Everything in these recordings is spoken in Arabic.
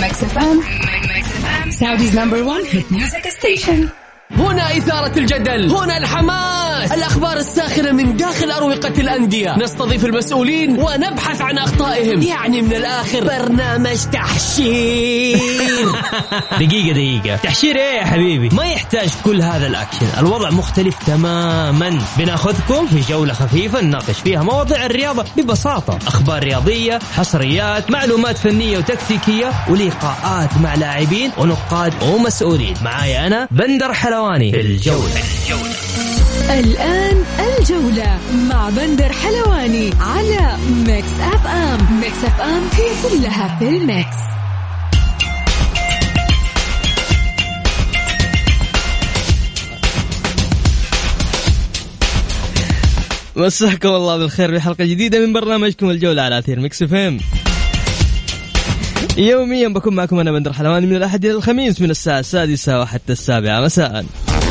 Mix FM, Saudi's #1 hit music station. هنا إثارة الجدل، هنا الحماس، الأخبار الساخنة من داخل أروقة الأندية، نستضيف المسؤولين ونبحث عن أخطائهم، يعني من الآخر برنامج تحشير. دقيقة تحشير إيه يا حبيبي؟ ما يحتاج كل هذا الأكشن، الوضع مختلف تماما. بناخذكم في جولة خفيفة نناقش فيها مواضيع الرياضة ببساطة، أخبار رياضية، حصريات، معلومات فنية وتكتيكية، ولقاءات مع لاعبين ونقاد ومسؤولين. معايا أنا بندر حلواني في الجولة. الآن الجولة مع بندر حلواني على ميكس اف ام. ميكس اف ام هي كلها في الميكس. مساكم الله بالخير بحلقة جديدة من برنامجكم الجولة على أثير ميكس اف ام. يوميا بكون معكم أنا بندر حلواني من الأحد إلى الخميس من الساعة 6 وحتى 7 مساء.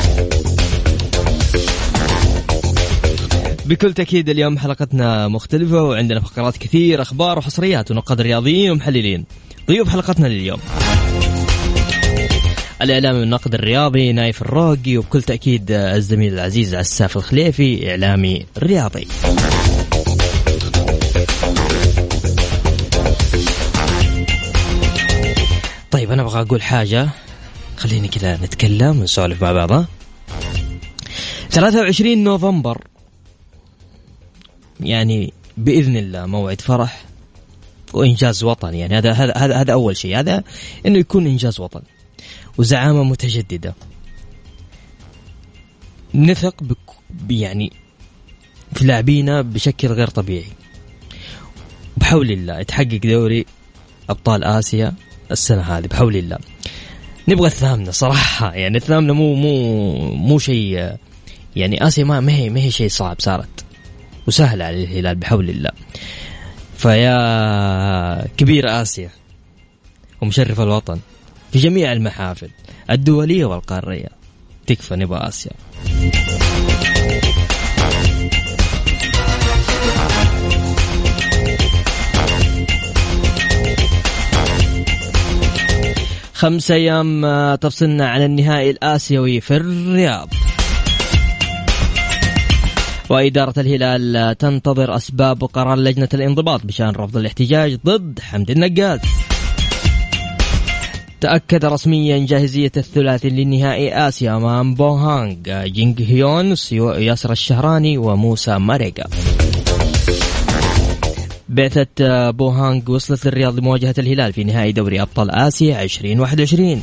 بكل تأكيد اليوم حلقتنا مختلفة وعندنا فقرات كثير، أخبار وحصريات ونقاد رياضيين ومحللين. ضيوف حلقتنا لليوم الإعلامي والناقد الرياضي نايف الروقي، وبكل تأكيد الزميل العزيز عساف الخليفي إعلامي رياضي. طيب أنا أبغى أقول حاجة، خليني كذا نتكلم ونسولف مع بعض. 23 نوفمبر يعني بإذن الله موعد فرح وإنجاز وطني. يعني هذا أول شيء، هذا إنه يكون إنجاز وطني وزعامة متجددة. نثق يعني في لاعبينا بشكل غير طبيعي، بحول الله يتحقق دوري أبطال آسيا السنة هذه بحول الله. نبغى الثامنة صراحة، يعني الثامنة مو شيء، يعني آسيا ما هي شيء صعب، صارت وسهل على الهلال بحول الله. فيا كبير آسيا ومشرف الوطن في جميع المحافل الدولية والقارية، تكفى نبغى آسيا. خمسة أيام تفصلنا عن النهائي الآسيوي في الرياض، وإدارة الهلال تنتظر أسباب وقرار لجنة الانضباط بشأن رفض الاحتجاج ضد حمد النقاز. تأكد رسميا جاهزية الثلاثي للنهائي آسيا أمام بوهانغ، جينغ هيون، ياسر الشهراني وموسى ماريغا. بعثة بوهانغ وصلت للرياض لمواجهة الهلال في نهائي دوري أبطال آسيا 2021.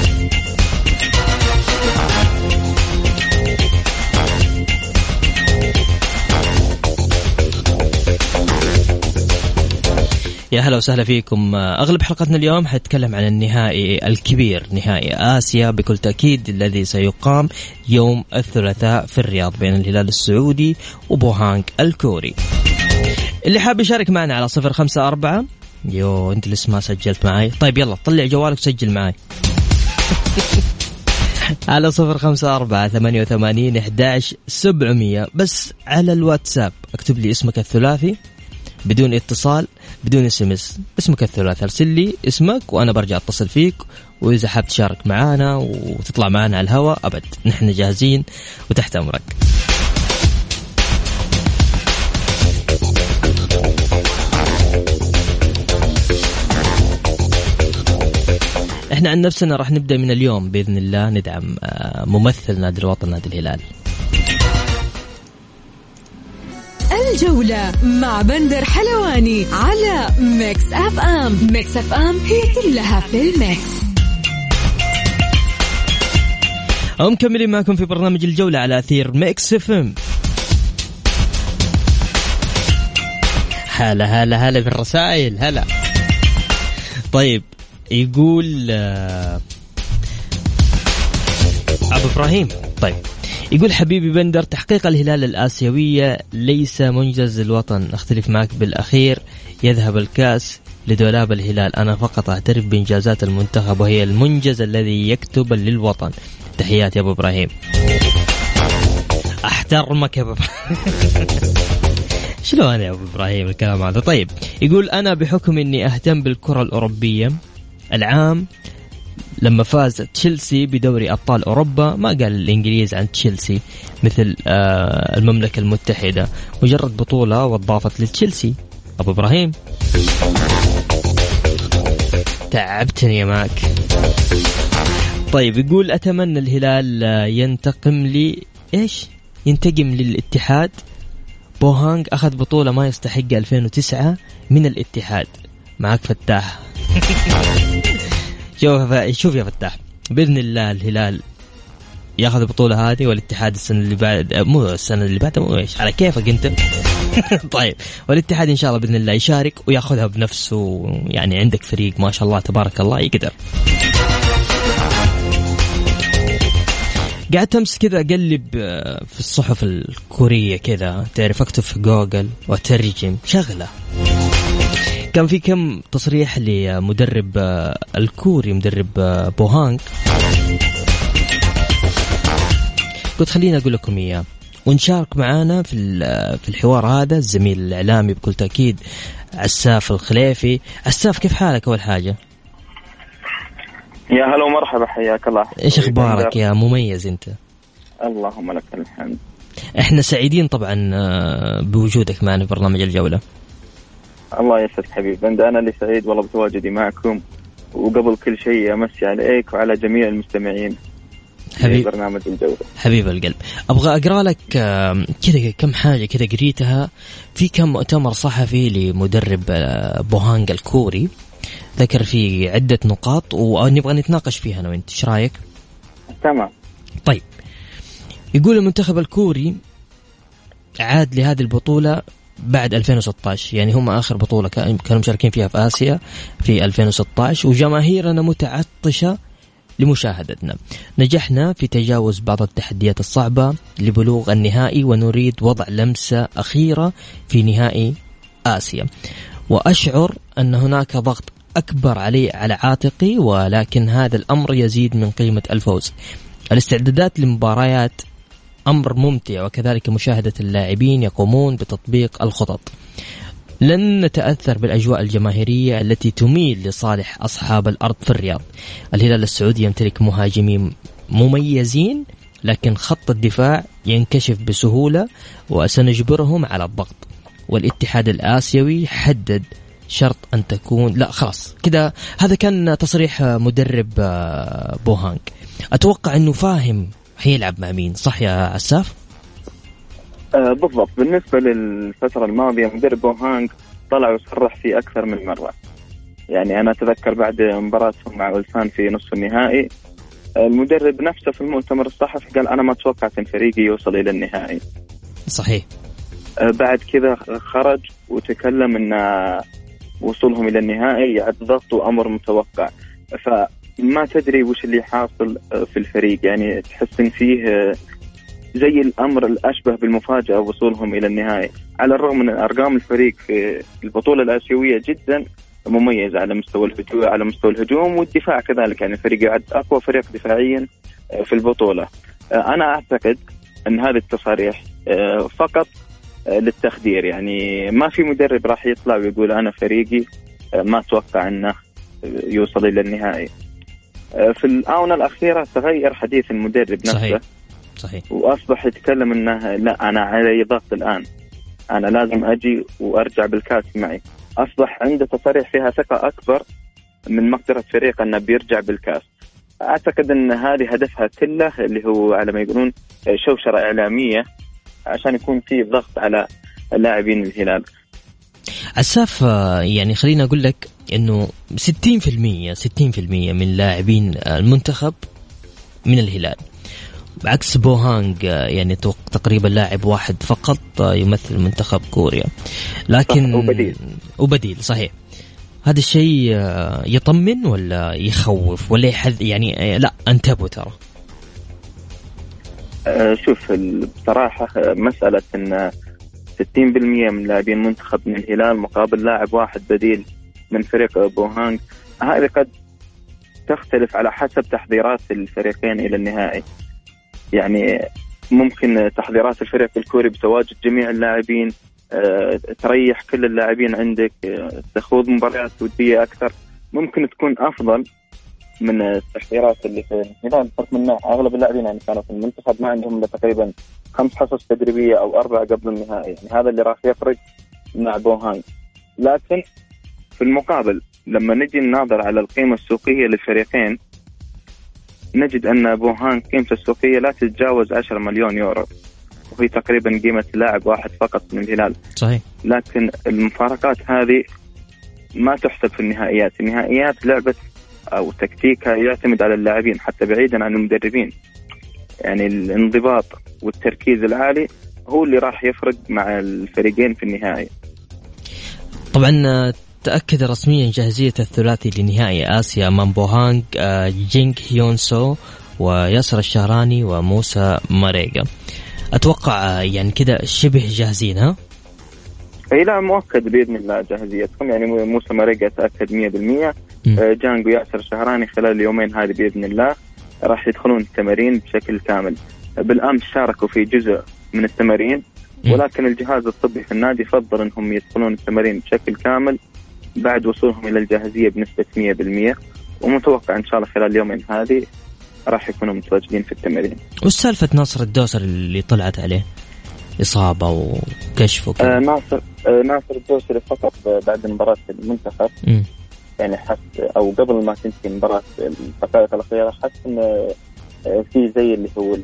يا هلا وسهلا فيكم. أغلب حلقتنا اليوم حتكلم عن النهائي الكبير، نهائي آسيا بكل تأكيد الذي سيقام يوم الثلاثاء في الرياض بين الهلال السعودي وبوهانغ الكوري. اللي حاب يشارك معنا على 054 انت لسه ما سجلت معي؟ طيب يلا طلع جوالك وسجل معي على 054-88-11-700. بس على الواتساب اكتب لي اسمك الثلاثي بدون اتصال بدون SMS، اسمك الثلاثي، ارسل لي اسمك وانا برجع اتصل فيك. واذا حاب تشارك معانا وتطلع معانا على الهواء ابد نحن جاهزين وتحت امرك. احنا عن نفسنا راح نبدأ من اليوم بإذن الله ندعم ممثل نادي الوطن نادي الهلال. الجولة مع بندر حلواني على ميكس اف ام. ميكس اف ام هي كلها في الميكس. مكملين معكم في برنامج الجولة على أثير ميكس اف ام. هلا بالرسائل هلا. طيب يقول أبو إبراهيم، طيب يقول حبيبي بندر، تحقيق الهلال الآسيوية ليس منجز الوطن، أختلف معك بالأخير، يذهب الكأس لدولاب الهلال. أنا فقط أعترف بإنجازات المنتخب وهي المنجز الذي يكتب للوطن. تحياتي يا أبو إبراهيم. أحترمك يا أبو شلون يا أبو إبراهيم الكلام هذا؟ طيب يقول أنا بحكم أني أهتم بالكرة الأوروبية العام لما فاز تشيلسي بدوري أبطال أوروبا، ما قال الإنجليز عن تشيلسي مثل المملكة المتحدة، مجرد بطولة وضافت لتشيلسي. أبو إبراهيم تعبتني يا ماك. طيب يقول أتمنى الهلال ينتقم للاتحاد. بوهانغ أخذ بطولة ما يستحق 2009 من الاتحاد. معك فتاح. شوف يا فتاح، بإذن الله الهلال ياخذ البطولة هذه، والاتحاد السنة اللي بعد مو السنة اللي بعدها، مو على كيفك أنت. طيب والاتحاد إن شاء الله بإذن الله يشارك وياخذها بنفسه، يعني عندك فريق ما شاء الله تبارك الله يقدر. قعدت أمس كذا أقلب في الصحف الكورية كذا، تعرف أكتب في جوجل وأترجم شغلة. كان في كم تصريح لمدرب الكوري، مدرب بوهانغ، قلت خلينا أقول لكم إياه ونشارك معانا في الحوار هذا الزميل الإعلامي بكل تأكيد عساف الخليفي. عساف كيف حالك أول حاجة؟ يا هلا ومرحبا، حياك الله. إيش أخبارك يا مميز أنت؟ اللهم لك الحمد. إحنا سعيدين طبعا بوجودك معنا في برنامج الجولة. الله يسعدك حبيبي، أنا اللي سعيد والله بتواجدي معكم. وقبل كل شيء أمسي عليك وعلى جميع المستمعين في برنامج الجولة. حبيب القلب، أبغى أقرأ لك كذا كم حاجة كذا قريتها في كم مؤتمر صحفي لمدرب بوهانغ الكوري، ذكر فيه عدة نقاط ونبغى نتناقش فيها أنا وأنت، إيش رأيك؟ تمام. طيب يقول المنتخب الكوري عاد لهذه البطولة بعد 2016، يعني هم آخر بطولة كانوا مشاركين فيها في آسيا في 2016، وجماهيرنا متعطشة لمشاهدتنا. نجحنا في تجاوز بعض التحديات الصعبة لبلوغ النهائي، ونريد وضع لمسة أخيرة في نهائي آسيا، وأشعر أن هناك ضغط أكبر علي على عاتقي، ولكن هذا الأمر يزيد من قيمة الفوز. الاستعدادات لمباريات أمر ممتع، وكذلك مشاهدة اللاعبين يقومون بتطبيق الخطط. لن نتأثر بالأجواء الجماهيرية التي تميل لصالح أصحاب الأرض في الرياض. الهلال السعودي يمتلك مهاجمين مميزين، لكن خط الدفاع ينكشف بسهولة وسنجبرهم على الضغط. والاتحاد الآسيوي حدد شرط أن تكون خلاص كده. هذا كان تصريح مدرب بوهانغ. أتوقع أنه فاهم حيلعب مع مين، صح يا عساف؟ بالضبط. بالنسبة للفترة الماضية مدرب بوهانغ طلع وصرح فيه أكثر من مرة. يعني أنا أتذكر بعد مباراتهم مع أولسان في نصف النهائي، المدرب نفسه في المؤتمر الصحفي قال أنا ما توقعت أن فريقي يوصل إلى النهائي. صحيح. بعد كذا خرج وتكلم أن وصولهم إلى النهائي يعد ضغط وأمر متوقع، فما تدري وش اللي حاصل في الفريق. يعني تحس إن فيه زي الأمر الأشبه بالمفاجأة وصولهم إلى النهائي، على الرغم من أرقام الفريق في البطولة الآسيوية جدا مميزة على مستوى الهجوم والدفاع كذلك. يعني الفريق يعد أقوى فريق دفاعيا في البطولة. أنا أعتقد أن هذه التصاريح فقط للتخدير. يعني ما في مدرب راح يطلع ويقول أنا فريقي ما أتوقع أنه يوصل إلى النهائي. في الآونة الأخيرة تغير حديث المدرب نفسه. صحيح. وأصبح يتكلم أنه لا أنا علي ضغط الآن، أنا لازم أجي وأرجع بالكاس معي. أصبح عنده تصريح فيها ثقة أكبر من مقدرة فريق أنه بيرجع بالكاس. أعتقد أن هذه هدفها كله اللي هو على ما يقولون شوشرة إعلامية عشان يكون فيه ضغط على اللاعبين الهلال. عساف، يعني خلينا أقول لك أنه 60% من لاعبين المنتخب من الهلال، بعكس بوهانغ يعني تقريبا لاعب واحد فقط يمثل منتخب كوريا، لكن وبديل. صحيح. هذا الشيء يطمن ولا يخوف ولا يحذ؟ يعني لا انتبهوا ترى. شوف بصراحة مسألة أن 60% من لاعبين منتخب من الهلال مقابل لاعب واحد بديل من فريق بوهانغ، هذه قد تختلف على حسب تحضيرات الفريقين إلى النهائي. يعني ممكن تحضيرات الفريق الكوري بتواجد جميع اللاعبين تريح كل اللاعبين عندك، تخوض مباريات ودية أكثر. ممكن تكون أفضل من التحضيرات اللي في الهلال، بحكم أن أغلب اللاعبين يعني كانوا في المنتخب ما عندهم تقريبا 5 حصص تدريبية أو 4 قبل النهائي، يعني هذا اللي راح يفرق مع بوهانغ. لكن في المقابل لما نجي نناظر على القيمة السوقية للفريقين نجد أن بوهانغ قيمته السوقية لا تتجاوز 10 مليون يورو، وهي تقريبا قيمة لاعب واحد فقط من الهلال. صحيح. لكن المفارقات هذه ما تحسب في النهائيات. النهائيات لعبة أو تكتيكها يعتمد على اللاعبين حتى بعيدا عن المدربين، يعني الانضباط والتركيز العالي هو اللي راح يفرق مع الفريقين في النهائي. طبعا تأكد رسميا جاهزية الثلاثي لنهائي آسيا أمام بوهانغ جينغ هيون سو وياسر الشهراني وموسى ماريغا. أتوقع يعني كده شبه جاهزين. ها؟ أي لا، مؤكد بإذن الله جاهزيتهم. يعني موسى ماريغا تأكد 100%. جانغ وياسر الشهراني خلال اليومين هذه بإذن الله راح يدخلون التمارين بشكل كامل. بالأمس شاركوا في جزء من التمارين، ولكن الجهاز الطبي في النادي فضل أنهم يدخلون التمارين بشكل كامل بعد وصولهم إلى الجاهزية بنسبة 100%. ومتوقع إن شاء الله خلال اليومين هذه راح يكونوا متواجدين في التمارين. والسالفة ناصر الدوسري اللي طلعت عليه إصابة وكشف وكذا. ناصر الدوسري فقط بعد مباراة المنتخب يعني حس أو قبل ما تنتهي مباراة الدقائق الأخيرة حس إن في زي اللي هو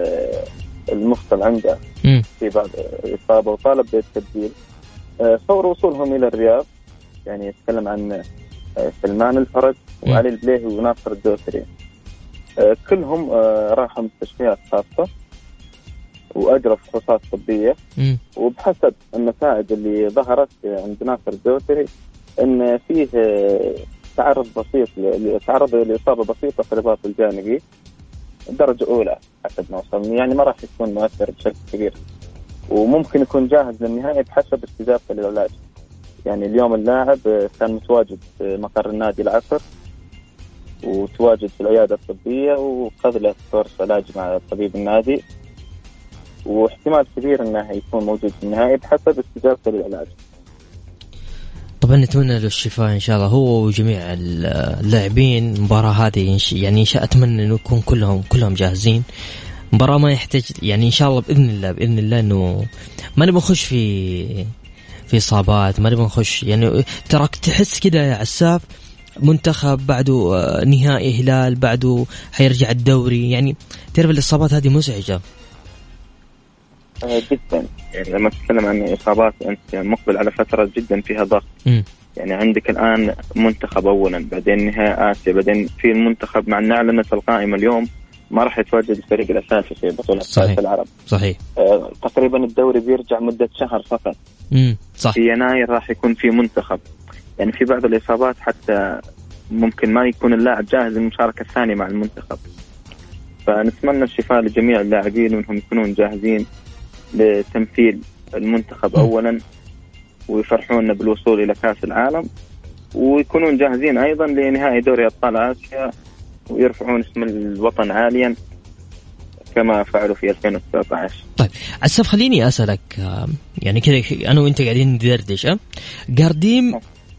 المفصل عنده في بعض إصابة وطالب بالتبديل. فور وصولهم إلى الرياض يعني يتكلم عن سلمان الفرج وعلي البليهي وناصر الدوسري، كلهم راحوا مستشفيات خاصة وأجروا فحوصات طبية. وبحسب النتائج اللي ظهرت عند ناصر الدوسري إن فيه تعرض لإصابة بسيطة في الرباط الجانبي درجة أولى حسب ما وصلني، يعني ما راح يكون مؤثر بشكل كبير وممكن يكون جاهز للنهاية بحسب استجابته للعلاج. يعني اليوم اللاعب كان متواجد في مقر النادي العصر وتواجد في العيادة الطبية وخذ له كورس علاج مع طبيب النادي، واحتمال كبير أنه يكون موجود في النهاية بحسب استجابته للعلاج. طبعا نتمنى له الشفاء إن شاء الله هو وجميع اللاعبين. المباراة هذه يعني أتمنى أنه يكون كلهم جاهزين. مباراة ما يحتاج يعني إن شاء الله بإذن الله أنه ما نبغى نخش في إصابات، ما نبغى نخش يعني تراك تحس كده يا عساف منتخب بعده نهائي هلال بعده حيرجع الدوري، يعني تعرف الإصابات هذه مزعجة جدا. يعني لما تتكلم عن إصابات أنت مقبل على فترة جدا فيها ضغط. يعني عندك الآن منتخب أولا، بعدين نهائي آسيا، بعدين في المنتخب مع أن أعلنت القائمة اليوم ما راح يتواجد الفريق الأساسي في بطولة كأس العرب. صحيح. تقريبا الدوري بيرجع مدة شهر فقط. صح. في يناير راح يكون في منتخب. يعني في بعض الإصابات حتى ممكن ما يكون اللاعب جاهز للمشاركة الثانية مع المنتخب. فنتمنى الشفاء لجميع اللاعبين وأنهم يكونون جاهزين لتمثيل المنتخب أولا ويفرحون بالوصول إلى كأس العالم، ويكونون جاهزين أيضا لنهائي دوري أبطال آسيا ويرفعون اسم الوطن عاليا كما فعلوا في 2019. طيب عساف خليني أسألك يعني كذا أنا وإنت قاعدين ندردش قارديم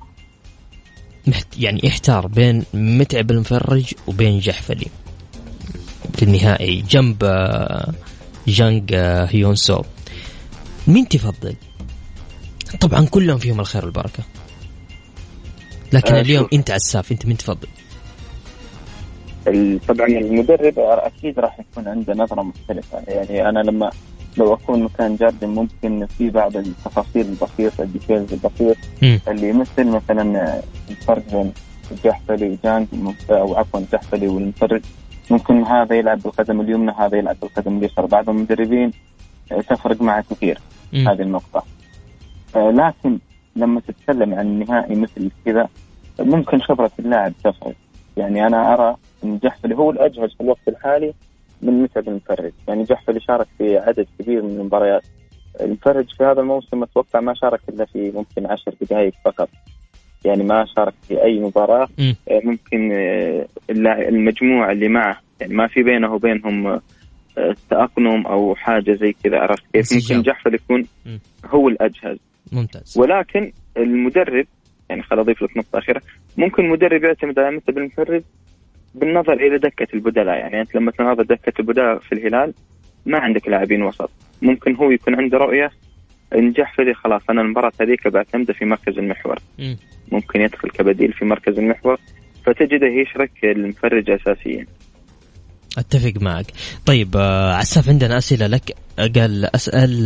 يعني احتار بين متعب المفرج وبين جحفلي في النهائي جنب جانغ هيون سو، مين تفضل؟ طبعا كلهم فيهم الخير والبركة، لكن اليوم انت عساف انت مين تفضل؟ طبعا المدرب اكيد راح يكون عنده نظرة مختلفة. يعني انا لو اكون مكان جاردن ممكن في بعض التفاصيل البسيطة الديتيلز البسيط اللي يمثل مثلا الفرق بين جحفلي وجانغ او عفوا جحفلي والمفرج، ممكن هذا يلعب بالقدم اليمنى هذا يلعب بالقدم اليسرى. بعض المدربين تفرق معه كثير هذه النقطة. لكن لما تتكلم عن نهائي مثل كذا ممكن خبرة اللاعب تفرق. يعني أنا أرى أن جحفلي هو الأجهز في الوقت الحالي من متعب المفرج. يعني جحفلي شارك في عدد كبير من المباريات، المفرج في هذا الموسم أتوقع ما شارك إلا في ممكن 10 دقائق فقط، يعني ما شارك في أي مباراة. ممكن المجموعة اللي معه يعني ما في بينه وبينهم تأقلم أو حاجة زي كذا، عرفت كيف؟ ممكن جحفل يكون هو الأجهز. ممتاز. ولكن المدرب يعني خل أضيف لك نقطة أخيرة، ممكن مدرب يعتمد على مكتب المدرب بالنظر إلى دكة البدلاء. يعني أنت لما تناظر دكة البدلاء في الهلال ما عندك لاعبين وسط، ممكن هو يكون عنده رؤية نجح فريق خلاص أنا المباراة هذيك بعتمد في مركز المحور، ممكن يدخل كبديل في مركز المحور، فتجده يشرك المفرج أساسيا. أتفق معك. طيب عساف عندنا أسئلة لك. قال أسأل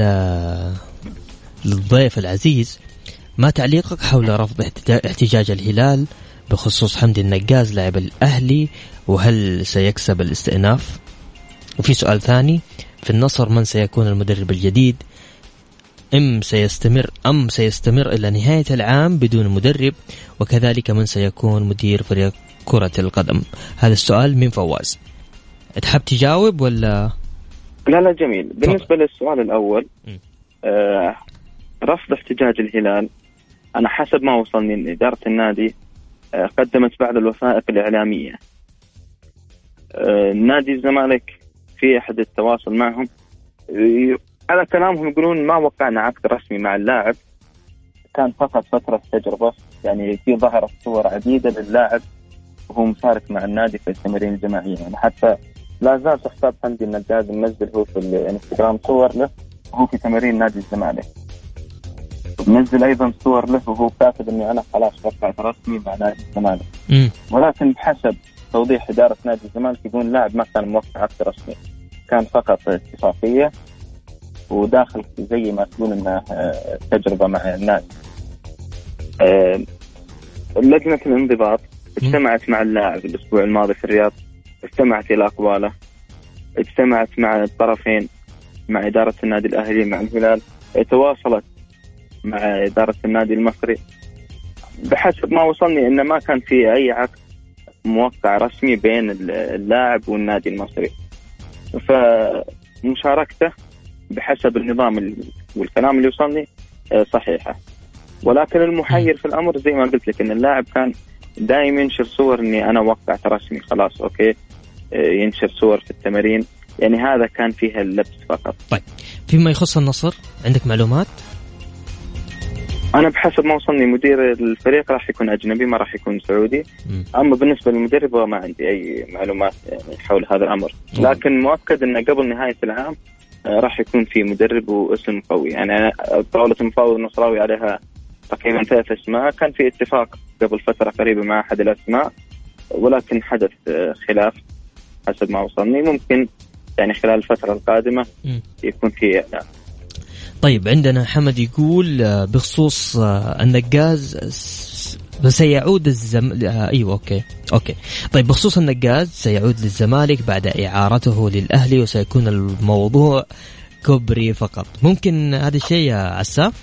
للضيف العزيز ما تعليقك حول رفض احتجاج الهلال بخصوص حمدي النقاز لاعب الأهلي، وهل سيكسب الاستئناف؟ وفي سؤال ثاني في النصر من سيكون المدرب الجديد؟ أم سيستمر إلى نهاية العام بدون مدرب؟ وكذلك من سيكون مدير فريق كرة القدم؟ هذا السؤال من فواز. تحب تجاوب ولا؟ لا جميل. بالنسبة للسؤال الأول رفض احتجاج الهلال، أنا حسب ما وصلني إن إدارة النادي قدمت بعض الوثائق الإعلامية. نادي الزمالك في أحد التواصل معهم على كلامهم يقولون ما وقعنا عقد رسمي مع اللاعب، كان فقط فترة تجربة. يعني في ظهرت صور عديدة للاعب وهو مشارك مع النادي في التمارين الجماعية. يعني حتى لا زال حساب حمدي النقاز منزل هو في الانستغرام صور له وهو في تمارين نادي الزمالك، منزل أيضا صور له وهو كاتب إني أنا خلاص وقعت رسمي مع نادي الزمالك. ولكن بحسب توضيح إدارة نادي الزمالك يقول لاعب ما كان موقع عقد رسمي، كان فقط اتفاقية وداخل زي ما تقول إنه تجربة مع النادي. لجنة الانضباط اجتمعت مع اللاعب الأسبوع الماضي في الرياض، استمعت إلى أقواله، اجتمعت مع الطرفين، مع إدارة النادي الأهلي مع الهلال، تواصلت مع إدارة النادي المصري. بحسب ما وصلني إن ما كان في أي عقد موقع رسمي بين اللاعب والنادي المصري، فمشاركته بحسب النظام والكلام اللي وصلني صحيحة. ولكن المحير في الأمر زي ما قلت لك إن اللاعب كان دائما ينشر صور إني أنا وقعت رسمي خلاص أوكي، ينشر صور في التمارين، يعني هذا كان فيها اللبس فقط. طيب فيما يخص النصر عندك معلومات؟ أنا بحسب ما وصلني مدير الفريق راح يكون أجنبي ما راح يكون سعودي. أما بالنسبة للمدرب ما عندي أي معلومات يعني حول هذا الأمر، لكن مؤكد أنه قبل نهاية العام راح يكون في مدرب واسم قوي. يعني طاولة المفاوض النصراوي عليها تقريبا 3 أسماء، كان في اتفاق قبل فترة قريبة مع أحد الأسماء ولكن حدث خلاف حسب ما وصلني. ممكن يعني خلال الفترة القادمة يكون في إعلان. طيب عندنا حمد يقول بخصوص النقاز سيعود ايوه اوكي. طيب بخصوص النقاز سيعود للزمالك بعد إعارته للأهلي وسيكون الموضوع كبري فقط، ممكن هذا الشيء يا عساف؟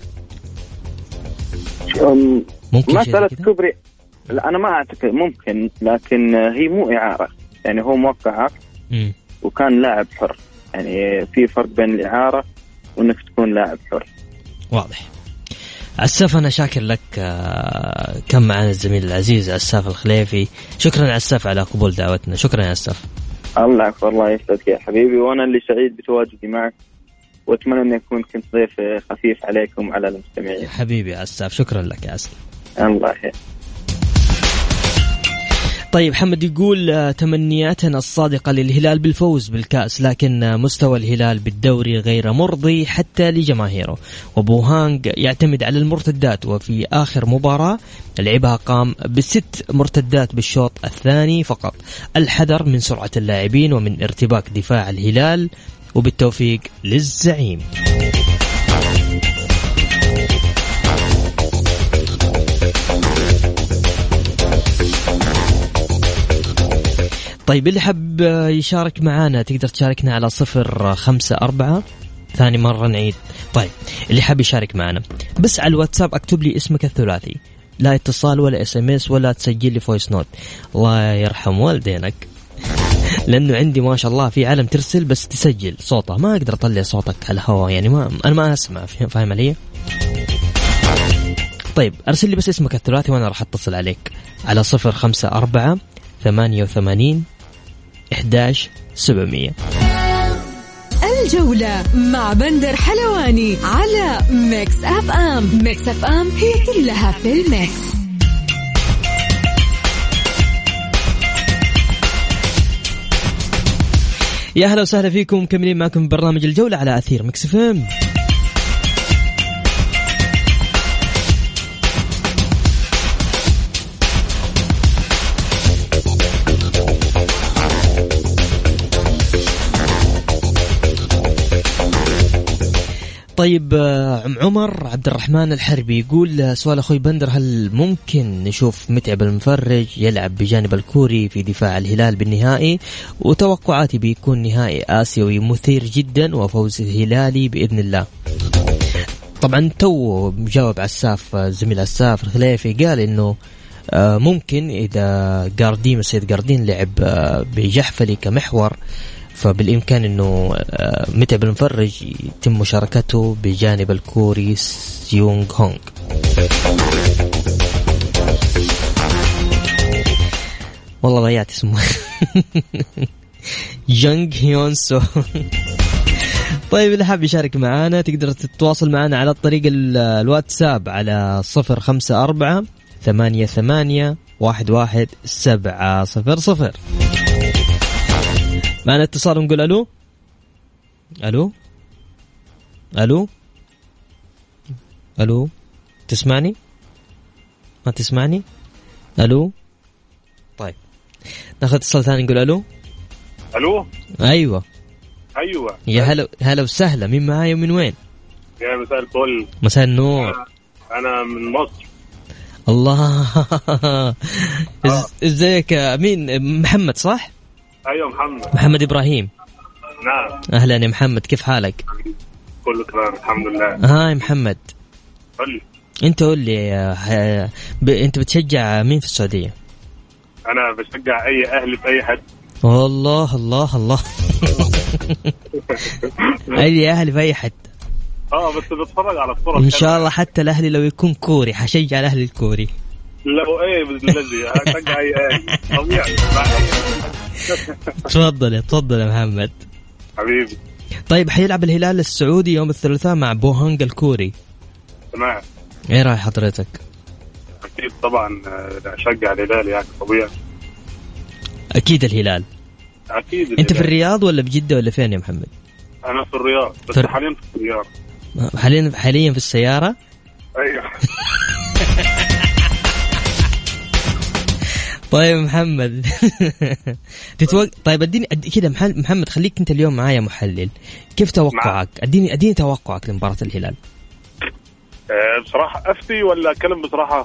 ممكن مسألة كبري لا أنا ما أعتقد، ممكن، لكن هي مو إعارة، يعني هو موقع عقد وكان لاعب حر، يعني في فرق بين الإعارة وإنك تكون لاعب حر. واضح. عساف أنا شاكر لك، كم معنا الزميل العزيز عساف الخليفي. شكرا عساف على قبول دعوتنا. شكرا يا عساف. الله يعفو، الله يسعدك يا حبيبي، وأنا اللي سعيد بتواجدي معك وأتمنى أن يكون كنت ضيف خفيف عليكم وعلى المستمعين. حبيبي عساف شكرا لك يا عساف. الله خير. طيب حمد يقول تمنياتنا الصادقة للهلال بالفوز بالكأس، لكن مستوى الهلال بالدوري غير مرضي حتى لجماهيره، وبوهانغ يعتمد على المرتدات، وفي آخر مباراة لعبها قام ب6 مرتدات بالشوط الثاني فقط. الحذر من سرعة اللاعبين ومن ارتباك دفاع الهلال، وبالتوفيق للزعيم. طيب اللي حب يشارك معنا تقدر تشاركنا على 054. ثاني مرة نعيد. طيب اللي حب يشارك معنا بس على الواتساب اكتب لي اسمك الثلاثي، لا اتصال ولا SMS ولا تسجل لي فويس نوت، الله يرحم والدينك لأنه عندي ما شاء الله في عالم ترسل بس تسجل صوته، ما أقدر أطلع صوتك على الهواء، يعني أنا ما أسمع، فاهم علي؟ طيب أرسل لي بس اسمك الثلاثي وأنا راح أتصل عليك على 054-88-11-700. الجولة مع بندر حلواني على ميكس أف أم. ميكس أف أم هي كلها في الميكس. يا أهلا وسهلا فيكم، كملين معكم برنامج الجولة على أثير ميكس اف ام. طيب عمر عبد الرحمن الحربي يقول سؤال أخوي بندر، هل ممكن نشوف متعب المفرج يلعب بجانب الكوري في دفاع الهلال بالنهائي؟ وتوقعاتي بيكون نهائي آسيوي مثير جدا وفوز الهلالي بإذن الله. طبعا تو مجاوب عساف، زميل عساف الخليفي قال إنه ممكن إذا قاردين السيد قاردين لعب بجحفلي كمحور فبالإمكان أنه متعب المفرج يتم مشاركته بجانب الكوري سيونغ هونغ. والله ضيعت اسمه جونغ هيون سو. طيب اللي حاب يشارك معنا تقدر تتواصل معنا على طريق الواتساب على 054-88-11700. معنا اتصال ونقول ألو ألو ألو ألو، تسمعني؟ ما تسمعني؟ ألو. طيب ناخذ اتصال ثاني نقول ألو. ألو. أيوة يا هلا وسهلا، مين معايا ومن وين؟ يا مساء الفل. مساء النور. أنا من مصر. الله ازيك؟ مين؟ محمد صح؟ أيوة محمد إبراهيم. نعم. أهلا يا محمد، كيف حالك؟ كله تمام الحمد لله. هاي محمد، قل. أنت قل لي أنت بتشجع مين في السعودية؟ أنا بشجع أي أهلي في أي حد. والله الله الله أي أهلي في أي حد. بس بتفرج على الصورة إن شاء الله، حتى الأهلي لو يكون كوري حشجع الأهلي الكوري. لو إيه بالذي هشجع أي أهلي طبيعي. تفضل يا محمد حبيبي. طيب حيلعب الهلال السعودي يوم الثلاثاء مع بوهانغ الكوري. تمام. ايه رأي حضرتك؟ اكيد طبعا اشجع الهلال يعني طبيعي. اكيد الهلال. اكيد الهلال. انت في الرياض ولا بجدة ولا فين يا محمد؟ انا في الرياض بس حاليا في السيارة. حاليا في السيارة. ايوه. طيب محمد طيب اديني كده محمد، خليك انت اليوم معايا محلل. كيف توقعك؟ اديني توقعك لمباراة الهلال. بصراحة افتي ولا اتكلم بصراحة؟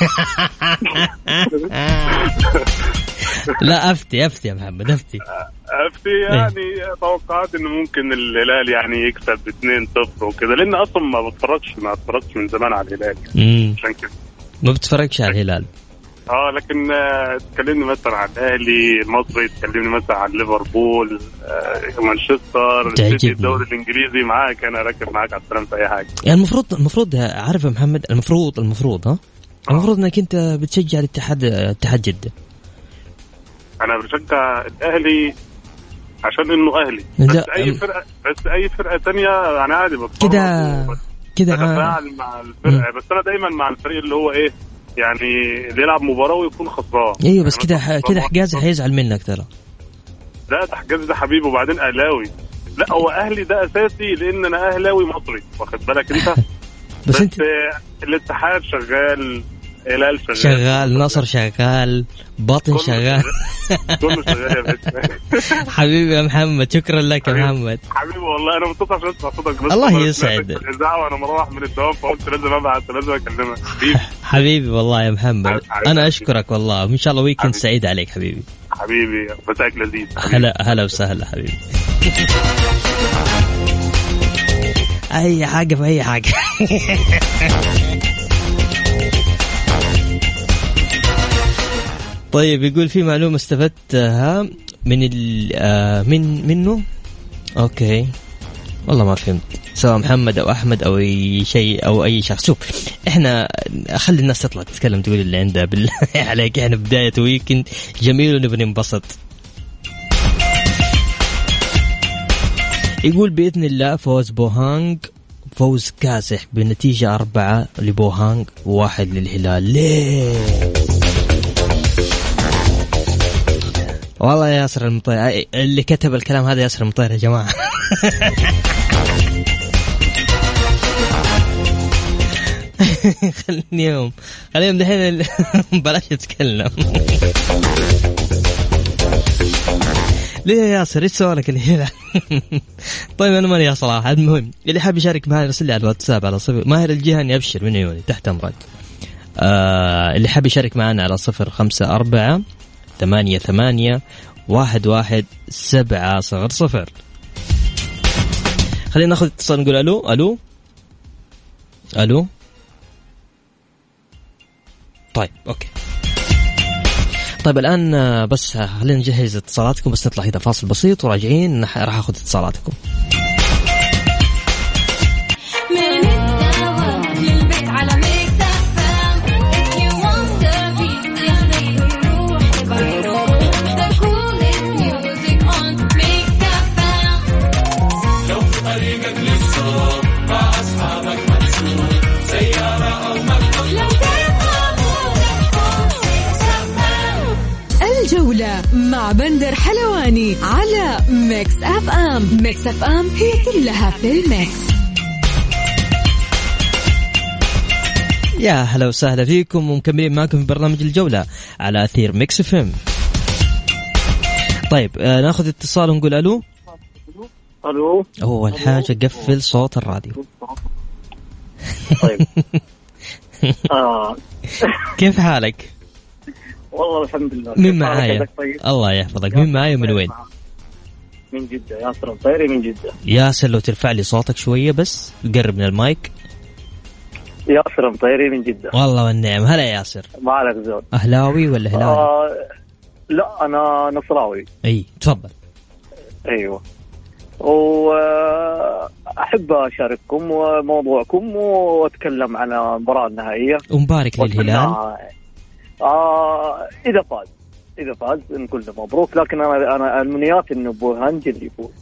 لا افتي يا محمد، افتي يعني توقعات انه ممكن الهلال يعني يكسب 2-0 وكده، لان اصلا ما بتفرجش من زمان على الهلال عشان كده ما بتفرجش على الهلال. لكن تكلمني مثلا عن الاهلي المصري، تكلمني مثلا عن ليفربول، مانشستر، السيتي، الدوري الانجليزي، معاك انا راكب معاك على السلام في اي حاجه. يعني المفروض عارف يا محمد، المفروض المفروض انك انت بتشجع اتحاد جدة. انا بشجع الاهلي عشان انه اهلي، بس اي فرقه تانية انا عادي بتفرج كده بتفاعل مع الفرقه، بس انا دايما مع الفريق اللي هو ايه يعني اللي يلعب مباراة ويكون خسران. ايوه بس كده حجازي هيزعل منك ترى. لا ده حجازي ده حبيبي، وبعدين اهلاوي. لا هو اهلي ده اساسي لان انا اهلاوي مصري، واخد بالك انت. بس انت الاتحاد شغال، الهلال شغال، نصر شغال، باطن شغال، كله شغال يا باشا. حبيبي يا محمد، شكرا لك يا محمد. حبيبي والله انا مبسوط عشان اسمع صوتك. بس الله يسعدك. الاذاعه وانا مروح من الدوام فقلت لازم ابعت، لازم اكلمك. حبيبي والله يا محمد، انا اشكرك والله، وان شاء الله ويكند سعيد عليك حبيبي. حبيبي مساك لذيذ. هلا وسهلا حبيبي. اي حاجه في اي حاجه. طيب يقول في معلومة استفدتها منه. اوكي والله ما فهمت، سواء محمد او احمد او اي شيء او اي شخص. شوف احنا اخلي الناس تطلع تتكلم تقول اللي عندها بالله عليك. احنا بداية ويكند جميل ونبغى ننبسط. يقول بإذن الله فوز بوهانغ، فوز كاسح بنتيجة 4 لبوهانغ و1 للهلال. ليه؟ والله ياسر المطير اللي كتب الكلام هذا، ياسر المطير يا جماعة. خليهم دحين بلاش نتكلم. ليه يا ياسر ايش سؤالك اللي طيب انا ماني صراحه. المهم اللي حاب يشارك معي يرسل لي على الواتساب على صفر. ماهر الجهني ابشر من عيوني تحت امرك. اللي حاب يشارك معنا على 0548811700. خلينا ناخذ اتصال نقول الو. طيب اوكي. طيب الآن بس خلينا نجهز اتصالاتكم، بس نطلع هنا فاصل بسيط وراجعين راح أخذ اتصالاتكم. الجولة مع بندر حلواني على ميكس اف ام. ميكس اف ام هي كلها في الميكس. يا هلا وسهلا فيكم ومكملين معكم في برنامج الجولة على أثير ميكس اف ام. طيب ناخذ اتصال ونقول الو. أول حاجة قفل صوت الراديو. طيب. كيف حالك؟ والله الحمد لله. مين معايا؟ طيب. الله يحفظك. مين معايا من وين؟ من جدة. ياسر المطيري من جدة. ياسر لو ترفع لي صوتك شوية بس قرب من المايك. ياسر المطيري من جدة. والله والنعم. هلا ياسر. ما عليك زود. أهلاوي ولا هلاوي؟ لا أنا نصراوي. أي تفضل. أيوة. وأحب أشارككم وموضوعكم وأتكلم عن المباراة النهائية. ومبارك للهلال. إذا فاز نقول له مبروك، لكن أنا المنيات إنه بوهانج اللي يفوز.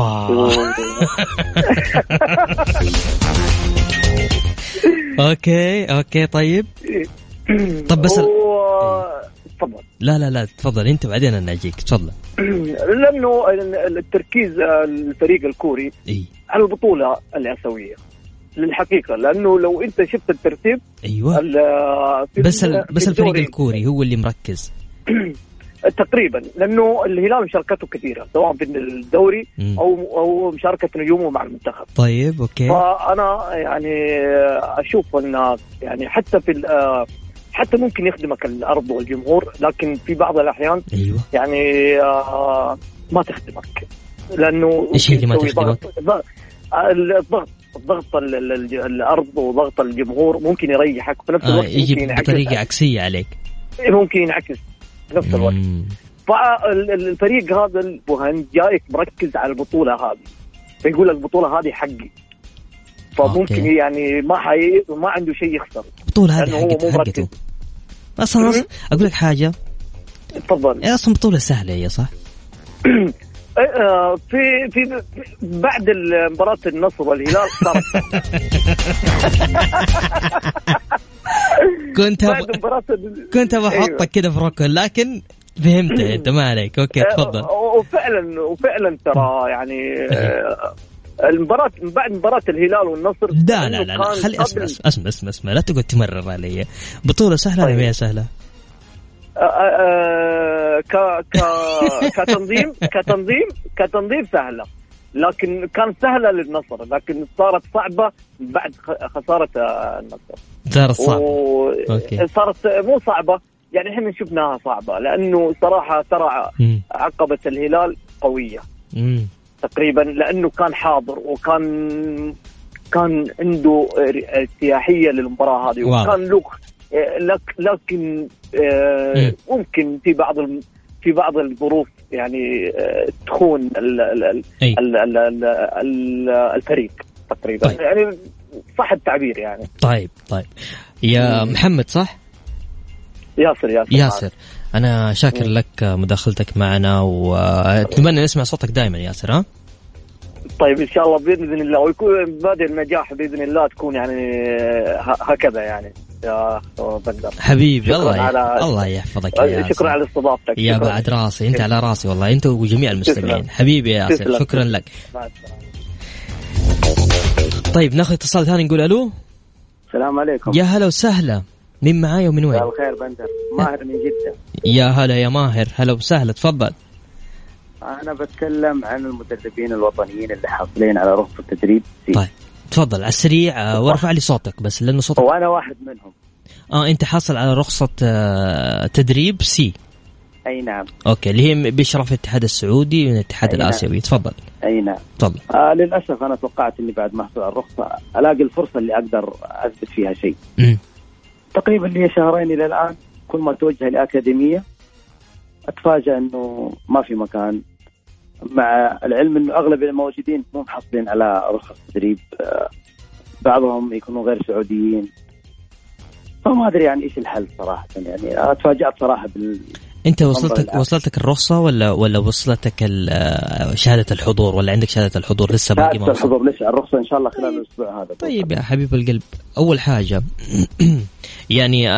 أوكي طيب. طب بس تفضل. لا تفضل أنت بعدين أنا أجيك. تفضل. لأنه التركيز الفريق الكوري على البطولة الآسيوية للحقيقة، لأنه لو أنت شفت الترتيب. أيوة. بس الفريق الكوري هو اللي مركز تقريبا، لأنه الهلال مشاركته كثيرة سواء في الدوري أو مشاركة نجومه مع المنتخب. طيب أوكي. فأنا يعني أشوف أن يعني حتى ممكن يخدمك الأرض والجمهور، لكن في بعض الأحيان أيوة. يعني ما تخدمك، لأنه إيش اللي ما تخدمك؟ الضغط الأرض وضغط الجمهور ممكن يريحك في نفس الوقت. يجي بطريقة عكسية عليك. ممكن ينعكس في نفس الوقت. فالفريق هذا البوهان جايك مركز على البطولة هذه، فيقول البطولة هذه حقي، فممكن يعني ما عنده شيء يخسر. البطولة هذه حقته. أصلا أقول لك حاجة. تفضل. أصلا بطولة سهلة هي صح؟ في بعد مباراة النصر والهلال صارت كنت بحطك كده في ركن، لكن فهمت انت ما عليك. اوكي تفضل. وفعلا ترى يعني المباراة بعد مباراة الهلال والنصر. لا خلي اسمع لا تقعد تمرر علي. بطولة سهلة ولا هي سهلة؟ كتنظيم سهلة، لكن كانت سهلة للنصر، لكن صارت صعبة بعد خسارة النصر. صارت مو صعبة يعني، احنا شفناها صعبة لأنه صراحة ترى عقبة الهلال قوية تقريبا، لأنه كان حاضر وكان عنده ارتياحية للمباراة هذه، وكان له لكن ممكن في بعض الظروف يعني تخون الفريق تقريبا. طيب. يعني صح التعبير يعني. طيب يا محمد صح؟ ياسر أنا شاكر لك مداخلتك معنا، وأتمنى نسمع صوتك دائما ياسر. ها طيب إن شاء الله بإذن الله، ويكون بادئ النجاح بإذن الله تكون يعني هكذا يعني. يا بندر حبيبي. الله يحفظك يا ياسر. شكرا على استضافتك يا بعد راسي، انت على راسي والله، انت وجميع المستمعين. حبيبي يا ياسر، شكرا لك. طيب ناخذ اتصال ثاني، نقول الو. السلام عليكم. يا هلا وسهلا، مين معايا ومن وين؟ الخير بندر، ماهر من جدة. يا هلا يا ماهر، هلا وسهلا، تفضل. أنا بتكلم عن المدربين الوطنيين اللي حاصلين على رخصة تدريب سي. طيب تفضل على السريع، وارفع لي صوتك بس لأنه صوتك. وأنا واحد منهم. أنت حاصل على رخصة تدريب سي. أي نعم. أوكي، اللي هي بإشراف الاتحاد السعودي والاتحاد الآسيوي. تفضل. أي نعم. تفضل. للأسف أنا توقعت إني بعد ما أحصل على الرخصة ألاقي الفرصة اللي أقدر أثبت فيها شيء. تقريبا لي شهرين إلى الآن، كل ما توجه لأكاديمية أتفاجأ إنه ما في مكان، مع العلم إنه أغلب الموجودين مو محصلين على رخص تدريب، بعضهم يكونوا غير سعوديين، فما أدري يعني إيش الحل صراحة. يعني أتفاجأت صراحة أنت وصلتك الرخصة ولا وصلتك شهادة الحضور، ولا عندك شهادة الحضور لسه باقي؟ شهادة الحضور لسه، الرخصة إن شاء الله خلال الأسبوع هذا. طيب يا حبيب القلب، أول حاجة يعني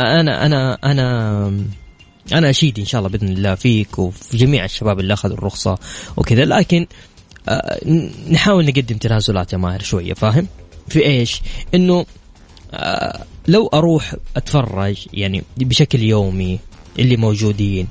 أنا أشيد إن شاء الله بإذن الله فيك وفي جميع الشباب اللي أخذوا الرخصة وكذا، لكن نحاول نقدم تنازلات يا ماهر شوية، فاهم في إيش؟ إنه لو أروح أتفرج يعني بشكل يومي اللي موجودين،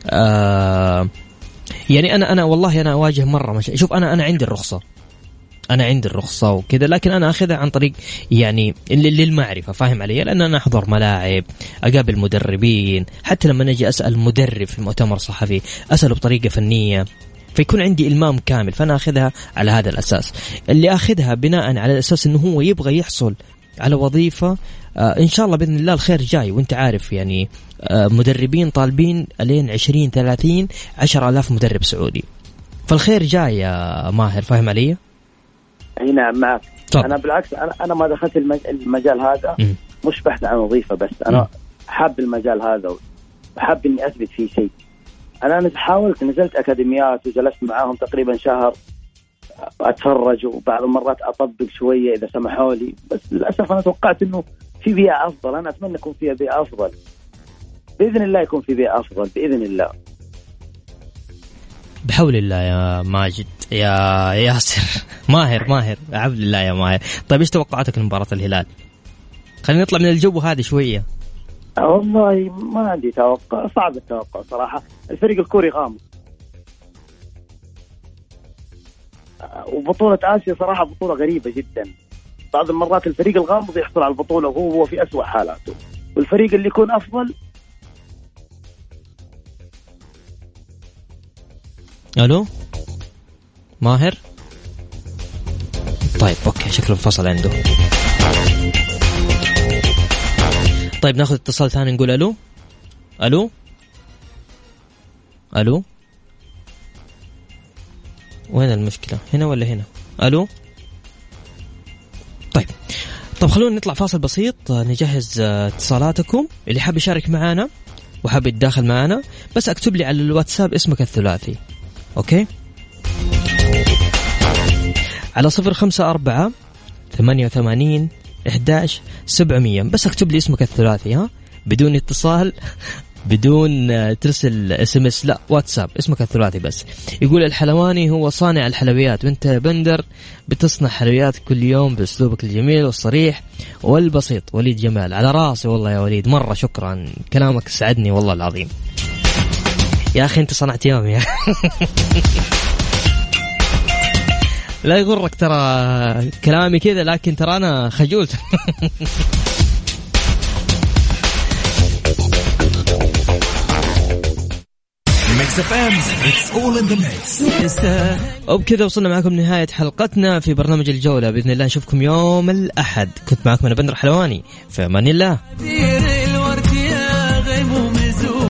يعني أنا والله أنا أواجه مرة شوف، أنا عندي الرخصة وكذا، لكن أنا أخذها عن طريق يعني للمعرفة، فاهم علي؟ لأن أنا أحضر ملاعب، أقابل مدربين، حتى لما نجي أسأل مدرب في مؤتمر صحفي أسأله بطريقة فنية، فيكون عندي إلمام كامل، فأنا أخذها على هذا الأساس. اللي أخذها بناء على الأساس أنه هو يبغى يحصل على وظيفة، إن شاء الله بإذن الله الخير جاي. وانت عارف يعني مدربين طالبين لين 20-30 10,000 مدرب سعودي، فالخير جاي يا ماهر، فاهم علي؟ أي نعم معك. أنا بالعكس، أنا ما دخلت المجال هذا مش بحث عن وظيفة، بس أنا حاب المجال هذا وحاب إني أثبت فيه شيء. أنا حاولت، نزلت أكاديميات وجلست معاهم تقريبا شهر أتفرج، وبعض المرات أطبق شوية إذا سمحوا لي، بس للأسف أنا توقعت إنه في بيئة أفضل. أنا أتمنى يكون فيها بيئة أفضل بإذن الله، يكون في بيئة أفضل بإذن الله، بحول الله يا ماجد يا ياسر. ماهر عبد الله يا ماهر. طيب إيش توقعاتك لمباراة الهلال؟ خلينا نطلع من الجو هذه شوية. والله ما عندي توقع، صعب التوقع صراحة. الفريق الكوري غامض، وبطولة آسيا صراحة بطولة غريبة جدا. بعض المرات الفريق الغامض يحصل على البطولة وهو في أسوأ حالاته، والفريق اللي يكون أفضل. ألو ماهر؟ طيب أوكي، شكله انفصل عنده. طيب ناخذ اتصال ثاني، نقول ألو. وين المشكلة، هنا ولا هنا؟ ألو. طب خلونا نطلع فاصل بسيط، نجهز اتصالاتكم. اللي حاب يشارك معنا وحاب يتداخل معنا بس اكتب لي على الواتساب اسمك الثلاثي، اوكي؟ على 054-88-11-700. بس اكتب لي اسمك الثلاثي، ها، بدون اتصال، بدون ترسل SMS، لا واتساب، اسمك الثلاثي بس. يقول الحلواني هو صانع الحلويات، وانت يا بندر بتصنع حلويات كل يوم باسلوبك الجميل والصريح والبسيط. وليد جمال. على راسي والله يا وليد، مرة شكرا، كلامك سعدني والله العظيم يا أخي، انت صنعت يومي يا لا يغرك ترى كلامي كذا، لكن ترى أنا خجولت وبكذا وصلنا معكم نهاية حلقتنا في برنامج الجولة. بإذن الله نشوفكم يوم الأحد. كنت معكم أنا بندر حلواني، في أمان الله.